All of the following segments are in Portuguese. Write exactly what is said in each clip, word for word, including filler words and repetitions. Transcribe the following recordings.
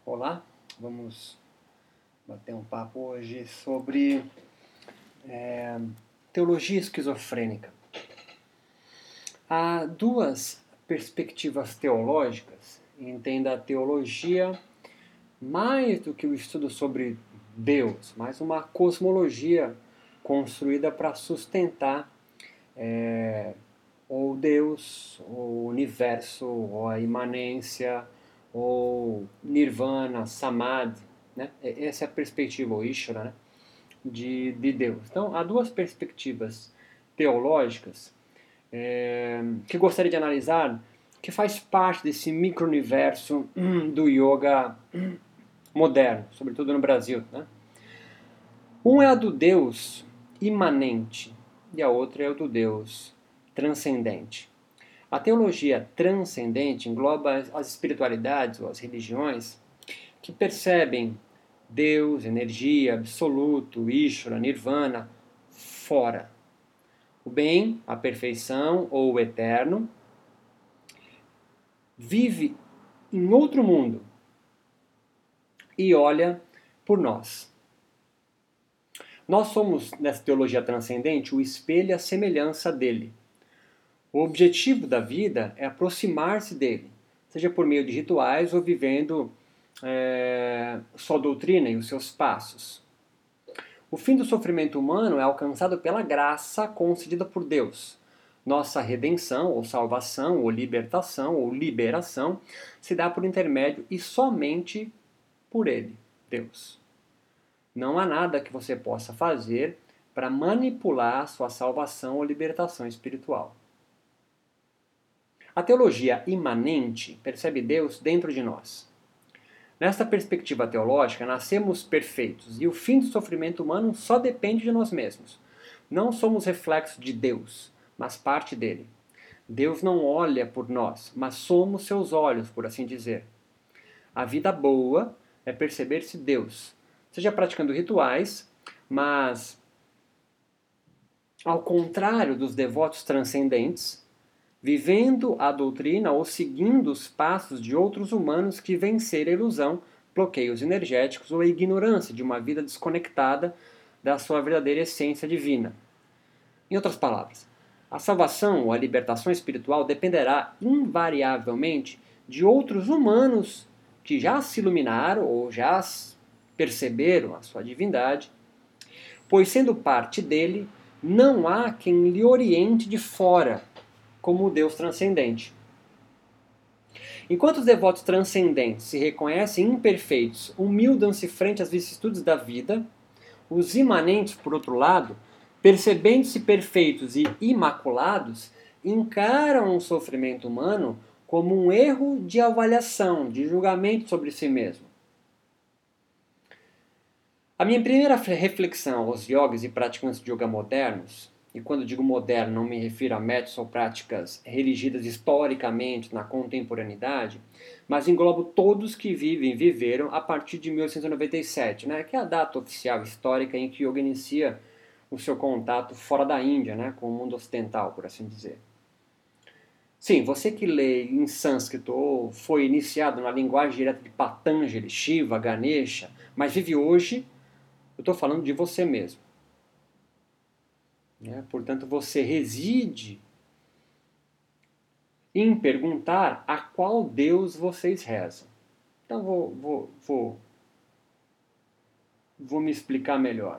Olá, vamos bater um papo hoje sobre é, teologia esquizofrênica. Há duas perspectivas teológicas, entenda a teologia mais do que o estudo sobre Deus, mas uma cosmologia construída para sustentar é, ou Deus, ou o universo, ou a imanência, ou Nirvana, Samadhi, né? Essa é a perspectiva, ou Ishvara, né? de, de Deus. Então, há duas perspectivas teológicas é, que gostaria de analisar, que faz parte desse micro-universo hum, do yoga hum, moderno, sobretudo no Brasil. Né? Um é a do Deus imanente e a outra é a do Deus transcendente. A teologia transcendente engloba as espiritualidades ou as religiões que percebem Deus, energia, absoluto, Ishvara, Nirvana, fora. O bem, a perfeição ou o eterno vive em outro mundo e olha por nós. Nós somos, nessa teologia transcendente, o espelho e a semelhança dele. O objetivo da vida é aproximar-se dele, seja por meio de rituais ou vivendo é, sua doutrina e os seus passos. O fim do sofrimento humano é alcançado pela graça concedida por Deus. Nossa redenção, ou salvação, ou libertação, ou liberação, se dá por intermédio e somente por Ele, Deus. Não há nada que você possa fazer para manipular sua salvação ou libertação espiritual. A teologia imanente percebe Deus dentro de nós. Nesta perspectiva teológica, nascemos perfeitos e o fim do sofrimento humano só depende de nós mesmos. Não somos reflexo de Deus, mas parte dele. Deus não olha por nós, mas somos seus olhos, por assim dizer. A vida boa é perceber-se Deus, seja praticando rituais, mas ao contrário dos devotos transcendentes, vivendo a doutrina ou seguindo os passos de outros humanos que venceram a ilusão, bloqueios energéticos ou a ignorância de uma vida desconectada da sua verdadeira essência divina. Em outras palavras, a salvação ou a libertação espiritual dependerá invariavelmente de outros humanos que já se iluminaram ou já perceberam a sua divindade, pois sendo parte dele, não há quem lhe oriente de fora, como o Deus transcendente. Enquanto os devotos transcendentes se reconhecem imperfeitos, humildam-se frente às vicissitudes da vida, os imanentes, por outro lado, percebendo-se perfeitos e imaculados, encaram o sofrimento humano como um erro de avaliação, de julgamento sobre si mesmo. A minha primeira reflexão aos yogis e praticantes de yoga modernos, e quando digo moderno não me refiro a métodos ou práticas religidas historicamente na contemporaneidade, mas englobo todos que vivem e viveram a partir de mil oitocentos e noventa e sete, né, que é a data oficial histórica em que o yoga inicia o seu contato fora da Índia, né, com o mundo ocidental, por assim dizer. Sim, você que lê em sânscrito ou foi iniciado na linguagem direta de Patanjali, Shiva, Ganesha, mas vive hoje, eu estou falando de você mesmo. Né? Portanto, você reside em perguntar a qual Deus vocês rezam. Então, vou, vou, vou, vou me explicar melhor.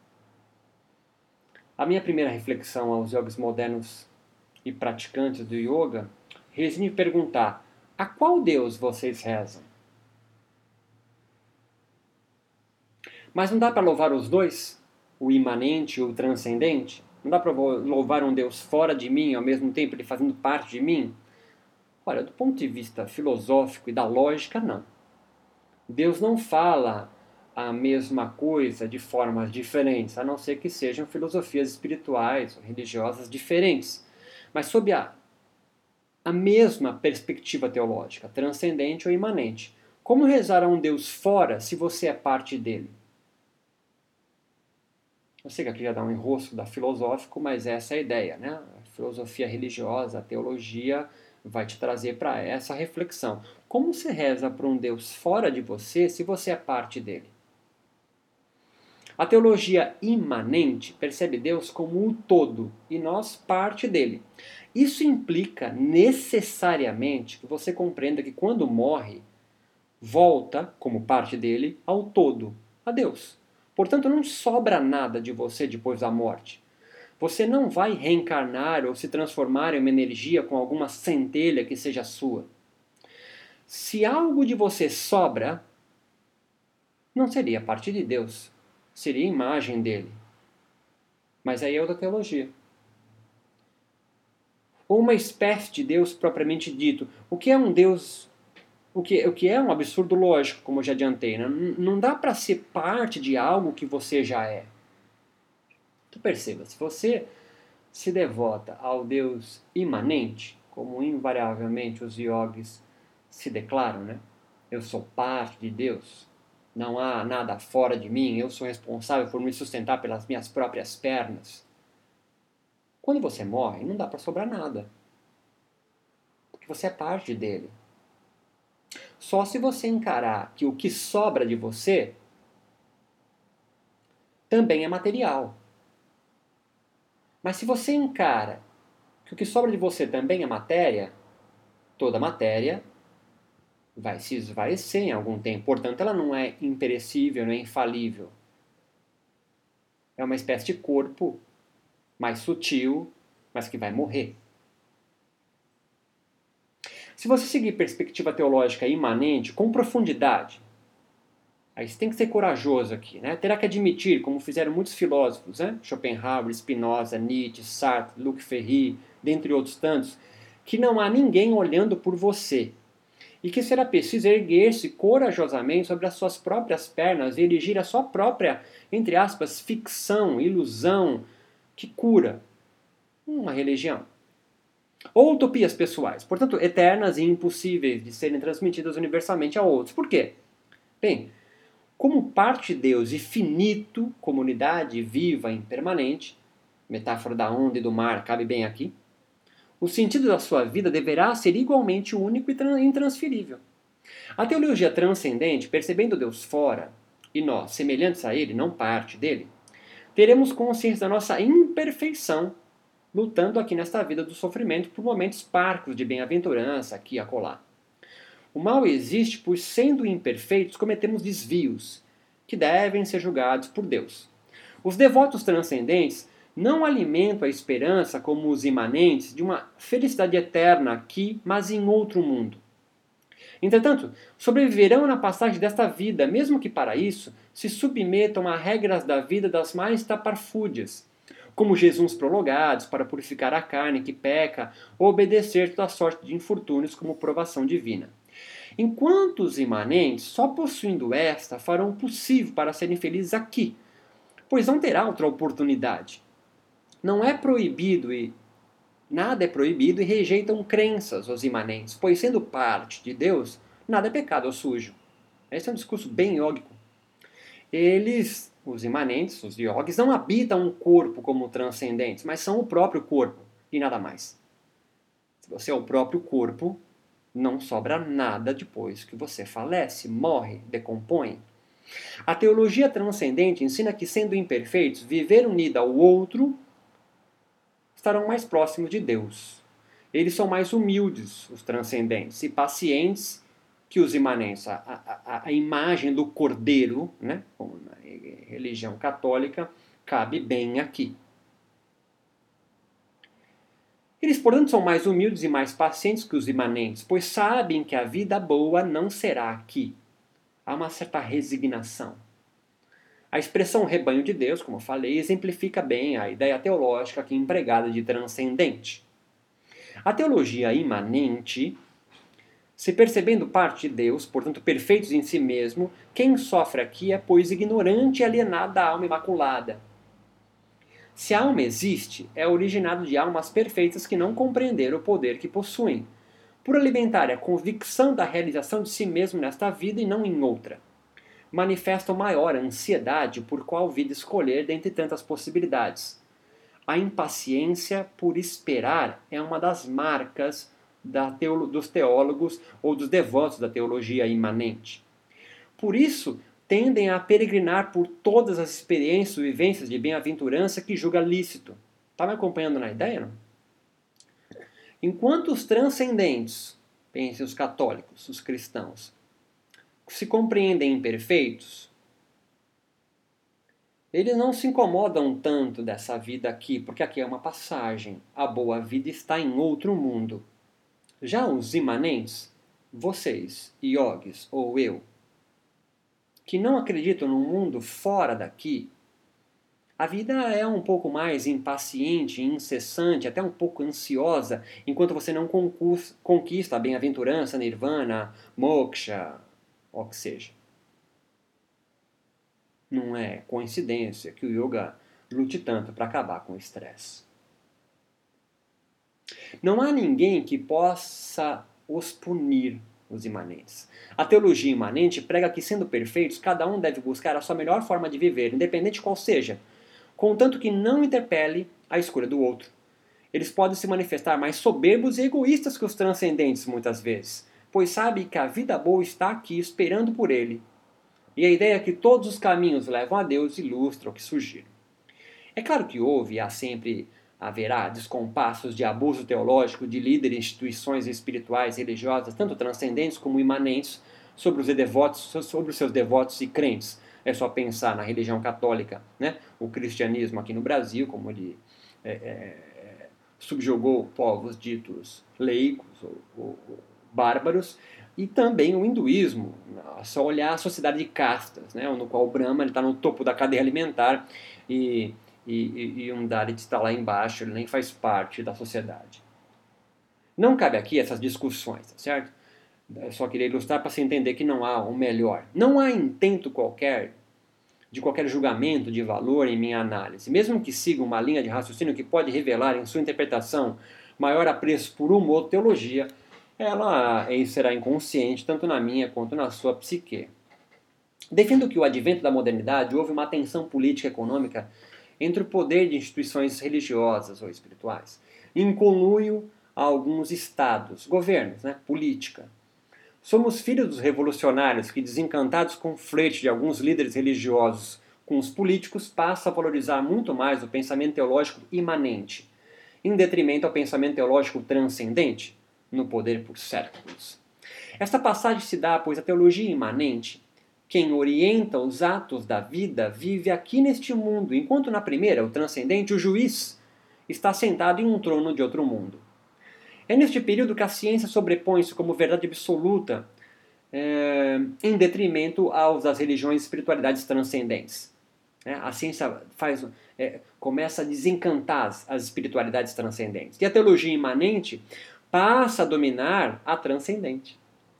A minha primeira reflexão aos yogis modernos e praticantes do yoga reside em perguntar a qual Deus vocês rezam. Mas não dá para louvar os dois? O imanente e o transcendente? Não dá para louvar um Deus fora de mim, ao mesmo tempo ele fazendo parte de mim? Olha, do ponto de vista filosófico e da lógica, não. Deus não fala a mesma coisa de formas diferentes, a não ser que sejam filosofias espirituais ou religiosas diferentes. Mas sob a, a mesma perspectiva teológica, transcendente ou imanente. Como rezar a um Deus fora se você é parte dele? Eu sei que aqui já dá um enrosco da filosófico, mas essa é a ideia, né? A filosofia religiosa, a teologia vai te trazer para essa reflexão. Como você reza para um Deus fora de você se você é parte dele? A teologia imanente percebe Deus como um todo e nós parte dele. Isso implica necessariamente que você compreenda que quando morre, volta, como parte dele, ao todo, a Deus. Portanto, não sobra nada de você depois da morte. Você não vai reencarnar ou se transformar em uma energia com alguma centelha que seja sua. Se algo de você sobra, não seria parte de Deus, seria imagem dele. Mas aí é outra teologia. Ou uma espécie de Deus propriamente dito. O que é um Deus, o que, o que é um absurdo lógico, como eu já adiantei. Né? Não dá para ser parte de algo que você já é. Então perceba, se você se devota ao Deus imanente, como invariavelmente os yogis se declaram, né? Eu sou parte de Deus, não há nada fora de mim, eu sou responsável por me sustentar pelas minhas próprias pernas. Quando você morre, não dá para sobrar nada, porque você é parte dele. Só se você encarar que o que sobra de você também é material. Mas se você encara que o que sobra de você também é matéria, toda matéria vai se esvaecer em algum tempo. Portanto, ela não é imperecível, não é infalível. É uma espécie de corpo mais sutil, mas que vai morrer. Se você seguir perspectiva teológica imanente com profundidade, aí você tem que ser corajoso aqui, né? Terá que admitir, como fizeram muitos filósofos, né? Schopenhauer, Spinoza, Nietzsche, Sartre, Luc Ferry, dentre outros tantos, que não há ninguém olhando por você e que será preciso erguer-se corajosamente sobre as suas próprias pernas e erigir a sua própria, entre aspas, ficção, ilusão, que cura, uma religião. Ou utopias pessoais, portanto, eternas e impossíveis de serem transmitidas universalmente a outros. Por quê? Bem, como parte de Deus e finito, comunidade viva e impermanente, metáfora da onda e do mar cabe bem aqui, o sentido da sua vida deverá ser igualmente único e intransferível. A teologia transcendente, percebendo Deus fora, e nós, semelhantes a Ele, não parte dele, teremos consciência da nossa imperfeição, lutando aqui nesta vida do sofrimento por momentos parcos de bem-aventurança aqui e acolá. O mal existe pois, sendo imperfeitos, cometemos desvios, que devem ser julgados por Deus. Os devotos transcendentes não alimentam a esperança, como os imanentes, de uma felicidade eterna aqui, mas em outro mundo. Entretanto, sobreviverão na passagem desta vida, mesmo que para isso se submetam a regras da vida das mais taparfúdias, como jejuns prolongados para purificar a carne que peca, ou obedecer toda sorte de infortúnios como provação divina. Enquanto os imanentes, só possuindo esta, farão o possível para serem felizes aqui, pois não terá outra oportunidade. Não é proibido e nada é proibido e rejeitam crenças os imanentes, pois sendo parte de Deus, nada é pecado ou sujo. Esse é um discurso bem yógico. Eles, os imanentes, os yogis, não habitam um corpo como transcendentes, mas são o próprio corpo e nada mais. Se você é o próprio corpo, não sobra nada depois que você falece, morre, decompõe. A teologia transcendente ensina que, sendo imperfeitos, viver unido ao outro, estarão mais próximos de Deus. Eles são mais humildes, os transcendentes, e pacientes que os imanentes. A, a, a imagem do cordeiro, né, como na religião católica, cabe bem aqui. Eles, portanto, são mais humildes e mais pacientes que os imanentes, pois sabem que a vida boa não será aqui. Há uma certa resignação. A expressão rebanho de Deus, como eu falei, exemplifica bem a ideia teológica aqui empregada de transcendente. A teologia imanente, se percebendo parte de Deus, portanto perfeitos em si mesmo, quem sofre aqui é, pois, ignorante e alienado da alma imaculada. Se a alma existe, é originado de almas perfeitas que não compreenderam o poder que possuem, por alimentar a convicção da realização de si mesmo nesta vida e não em outra. Manifestam maior ansiedade por qual vida escolher dentre tantas possibilidades. A impaciência por esperar é uma das marcas da teolo- dos teólogos ou dos devotos da teologia imanente. Por isso, tendem a peregrinar por todas as experiências e vivências de bem-aventurança que julga lícito. Está me acompanhando na ideia, não? Enquanto os transcendentes, pensem os católicos, os cristãos, se compreendem imperfeitos, eles não se incomodam tanto dessa vida aqui, porque aqui é uma passagem. A boa vida está em outro mundo. Já os imanentes, vocês, yogis ou eu, que não acreditam num mundo fora daqui, a vida é um pouco mais impaciente, incessante, até um pouco ansiosa, enquanto você não conquista a bem-aventurança, nirvana, moksha, ou o que seja. Não é coincidência que o yoga lute tanto para acabar com o estresse. Não há ninguém que possa os punir, os imanentes. A teologia imanente prega que, sendo perfeitos, cada um deve buscar a sua melhor forma de viver, independente qual seja, contanto que não interpele a escolha do outro. Eles podem se manifestar mais soberbos e egoístas que os transcendentes, muitas vezes, pois sabem que a vida boa está aqui esperando por ele. E a ideia é que todos os caminhos levam a Deus ilustra o que surgiram. É claro que houve e há sempre haverá descompassos de abuso teológico de líderes, instituições espirituais e religiosas, tanto transcendentes como imanentes, sobre os devotos, sobre os seus devotos e crentes. É só pensar na religião católica, né? O cristianismo aqui no Brasil, como ele é, é, subjugou povos ditos leigos ou, ou, ou bárbaros, e também o hinduísmo. É só olhar a sociedade de castas, né? No qual o Brahma está no topo da cadeia alimentar e E, e um Dalit está lá embaixo, ele nem faz parte da sociedade. Não cabe aqui essas discussões, tá certo? Eu só queria ilustrar para você entender que não há um melhor. Não há intento qualquer, de qualquer julgamento de valor em minha análise. Mesmo que siga uma linha de raciocínio que pode revelar em sua interpretação maior apreço por uma ou outra teologia, ela será inconsciente tanto na minha quanto na sua psique. Defendo que o advento da modernidade houve uma tensão política e econômica entre o poder de instituições religiosas ou espirituais, em conluio a alguns estados, governos, né, política. Somos filhos dos revolucionários que, desencantados com o flerte de alguns líderes religiosos com os políticos, passam a valorizar muito mais o pensamento teológico imanente, em detrimento ao pensamento teológico transcendente, no poder por séculos. Esta passagem se dá, pois a teologia imanente, quem orienta os atos da vida, vive aqui neste mundo, enquanto na primeira, o transcendente, o juiz, está sentado em um trono de outro mundo. É neste período que a ciência sobrepõe-se como verdade absoluta, é, em detrimento aos das religiões e espiritualidades transcendentes. É, a ciência faz, é, começa a desencantar as, as espiritualidades transcendentes. E a teologia imanente passa a dominar a transcendente.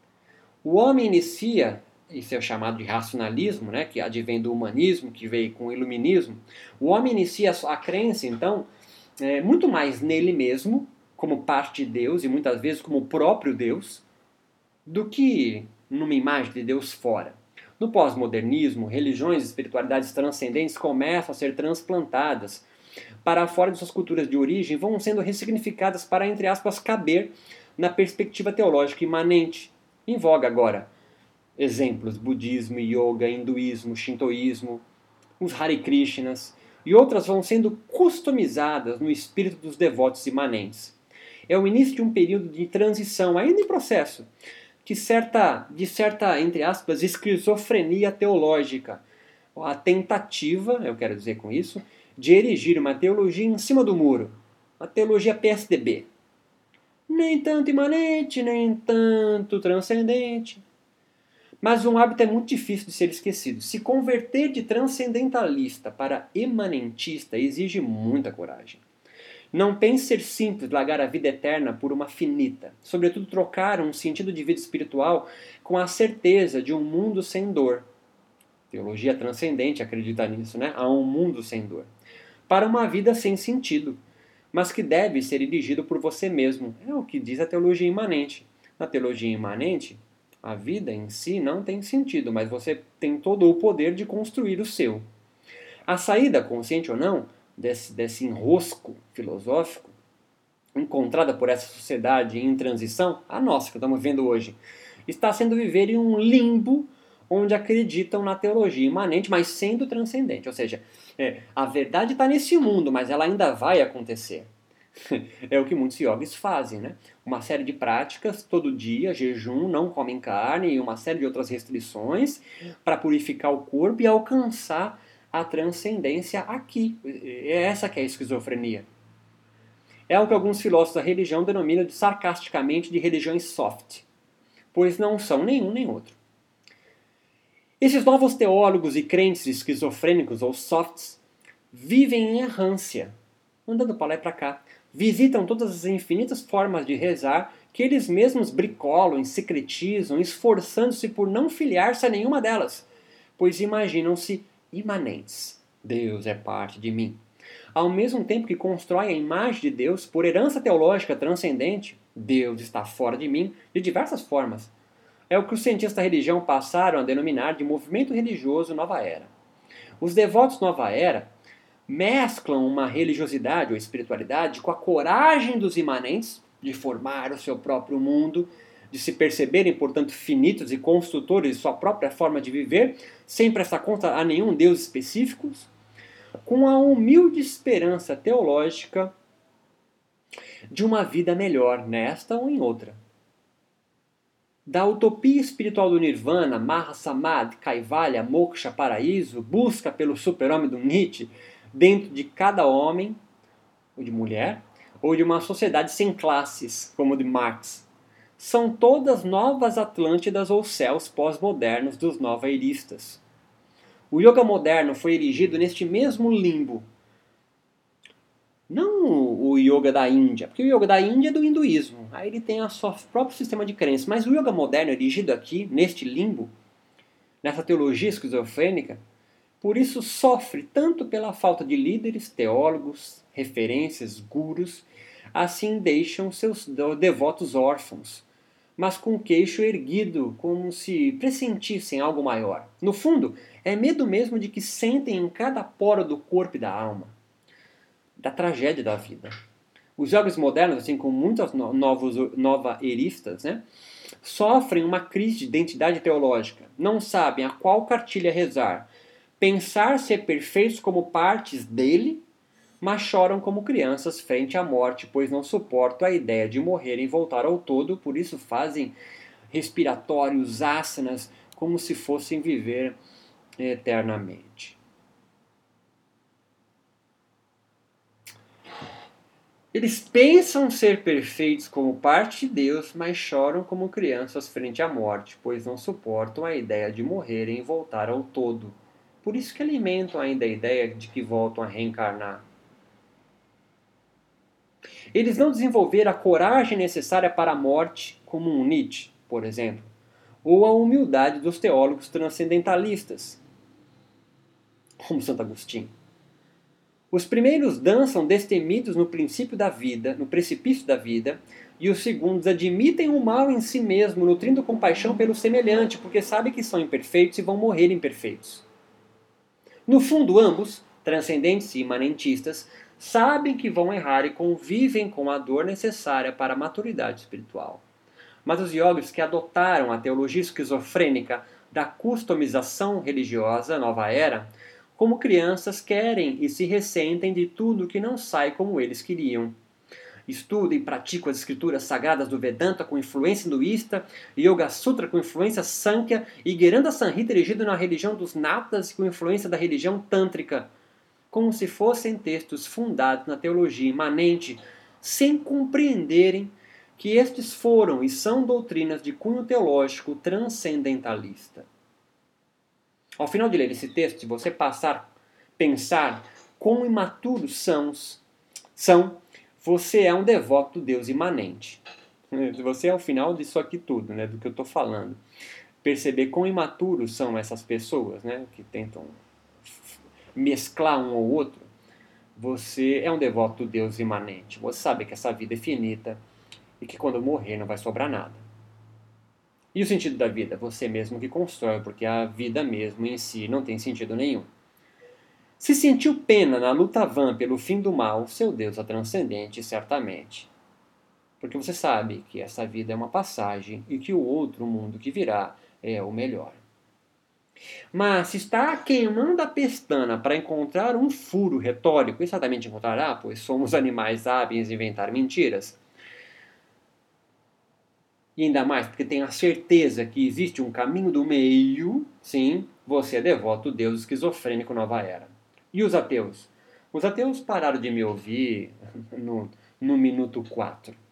O homem inicia, isso é chamado de racionalismo, né, que advém do humanismo, que veio com o iluminismo. O homem inicia a crença, então, é, muito mais nele mesmo, como parte de Deus, e muitas vezes como o próprio Deus, do que numa imagem de Deus fora. No pós-modernismo, religiões e espiritualidades transcendentes começam a ser transplantadas para fora de suas culturas de origem, vão sendo ressignificadas para, entre aspas, caber na perspectiva teológica imanente. Em voga agora, exemplos, budismo, yoga, hinduísmo, shintoísmo, os Hare Krishnas, e outras vão sendo customizadas no espírito dos devotos imanentes. É o início de um período de transição, ainda em processo, que certa, de certa, entre aspas, esquizofrenia teológica, a tentativa, eu quero dizer com isso, de erigir uma teologia em cima do muro, a teologia P S D B. Nem tanto imanente, nem tanto transcendente. Mas um hábito é muito difícil de ser esquecido. Se converter de transcendentalista para imanentista exige muita coragem. Não pense ser simples largar a vida eterna por uma finita. Sobretudo trocar um sentido de vida espiritual com a certeza de um mundo sem dor. Teologia transcendente acredita nisso, né? Há um mundo sem dor. Para uma vida sem sentido, mas que deve ser dirigido por você mesmo. É o que diz a teologia imanente. Na teologia imanente, a vida em si não tem sentido, mas você tem todo o poder de construir o seu. A saída, consciente ou não, desse, desse enrosco filosófico encontrada por essa sociedade em transição, a nossa que estamos vendo hoje, está sendo viver em um limbo onde acreditam na teologia imanente, mas sendo transcendente. Ou seja, é, a verdade está nesse mundo, mas ela ainda vai acontecer. É o que muitos yogis fazem, né? Uma série de práticas, todo dia, jejum, não comem carne e uma série de outras restrições para purificar o corpo e alcançar a transcendência aqui. É essa que é a esquizofrenia. É o que alguns filósofos da religião denominam de, sarcasticamente de religiões soft, pois não são nenhum nem outro. Esses novos teólogos e crentes esquizofrênicos ou softs vivem em errância, andando para lá e para cá. Visitam todas as infinitas formas de rezar que eles mesmos bricolam e secretizam, esforçando-se por não filiar-se a nenhuma delas, pois imaginam-se imanentes. Deus é parte de mim. Ao mesmo tempo que constroem a imagem de Deus por herança teológica transcendente, Deus está fora de mim de diversas formas. É o que os cientistas da religião passaram a denominar de movimento religioso Nova Era. Os devotos Nova Era mesclam uma religiosidade ou espiritualidade com a coragem dos imanentes de formar o seu próprio mundo, de se perceberem, portanto, finitos e construtores de sua própria forma de viver, sem prestar conta a nenhum Deus específico, com a humilde esperança teológica de uma vida melhor nesta ou em outra. Da utopia espiritual do Nirvana, Maha Samadhi, Kaivalya, Moksha, Paraíso, busca pelo super-homem do Nietzsche, dentro de cada homem, ou de mulher, ou de uma sociedade sem classes, como de Marx. São todas novas Atlântidas ou céus pós-modernos dos nova-eristas. O yoga moderno foi erigido neste mesmo limbo. Não o yoga da Índia, porque o yoga da Índia é do hinduísmo, aí ele tem o seu próprio sistema de crenças, mas o yoga moderno erigido aqui, neste limbo, nessa teologia esquizofrênica, por isso sofre tanto pela falta de líderes, teólogos, referências, gurus, assim deixam seus devotos órfãos, mas com o queixo erguido, como se pressentissem algo maior. No fundo, é medo mesmo de que sentem em cada poro do corpo e da alma, da tragédia da vida. Os jogos modernos, assim como muitos novos nova-eristas, né, sofrem uma crise de identidade teológica. Não sabem a qual cartilha rezar. Pensar ser perfeitos como partes dele, mas choram como crianças frente à morte, pois não suportam a ideia de morrer e voltar ao todo, por isso fazem respiratórios, asanas, como se fossem viver eternamente. Eles pensam ser perfeitos como parte de Deus, mas choram como crianças frente à morte, pois não suportam a ideia de morrerem e voltar ao todo. Por isso que alimentam ainda a ideia de que voltam a reencarnar. Eles não desenvolveram a coragem necessária para a morte, como um Nietzsche, por exemplo, ou a humildade dos teólogos transcendentalistas, como Santo Agostinho. Os primeiros dançam destemidos no princípio da vida, no precipício da vida, e os segundos admitem o mal em si mesmo, nutrindo compaixão pelo semelhante, porque sabem que são imperfeitos e vão morrer imperfeitos. No fundo, ambos, transcendentes e imanentistas, sabem que vão errar e convivem com a dor necessária para a maturidade espiritual. Mas os yogis que adotaram a teologia esquizofrênica da customização religiosa nova era, como crianças querem e se ressentem de tudo que não sai como eles queriam. Estudam e praticam as escrituras sagradas do Vedanta com influência hinduísta, Yoga Sutra com influência Sankhya e Gheranda Samhita erigido na religião dos Natas com influência da religião Tântrica, como se fossem textos fundados na teologia imanente, sem compreenderem que estes foram e são doutrinas de cunho teológico transcendentalista. Ao final de ler esse texto, se você passar a pensar quão imaturos são, são, você é um devoto do Deus imanente. Você é ao final disso aqui tudo, né, do que eu estou falando. Perceber quão imaturos são essas pessoas, né, que tentam mesclar um ou outro. Você é um devoto do Deus imanente. Você sabe que essa vida é finita e que quando morrer não vai sobrar nada. E o sentido da vida? Você mesmo que constrói, porque a vida mesmo em si não tem sentido nenhum. Se sentiu pena na luta vã pelo fim do mal, seu Deus é transcendente, certamente porque você sabe que essa vida é uma passagem e que o outro mundo que virá é o melhor. Mas se está queimando a pestana para encontrar um furo retórico, exatamente encontrará, pois somos animais hábeis em inventar mentiras. E ainda mais porque tem a certeza que existe um caminho do meio, sim, você é devoto Deus esquizofrênico nova era. E os ateus? Os ateus pararam de me ouvir no, no minuto quatro.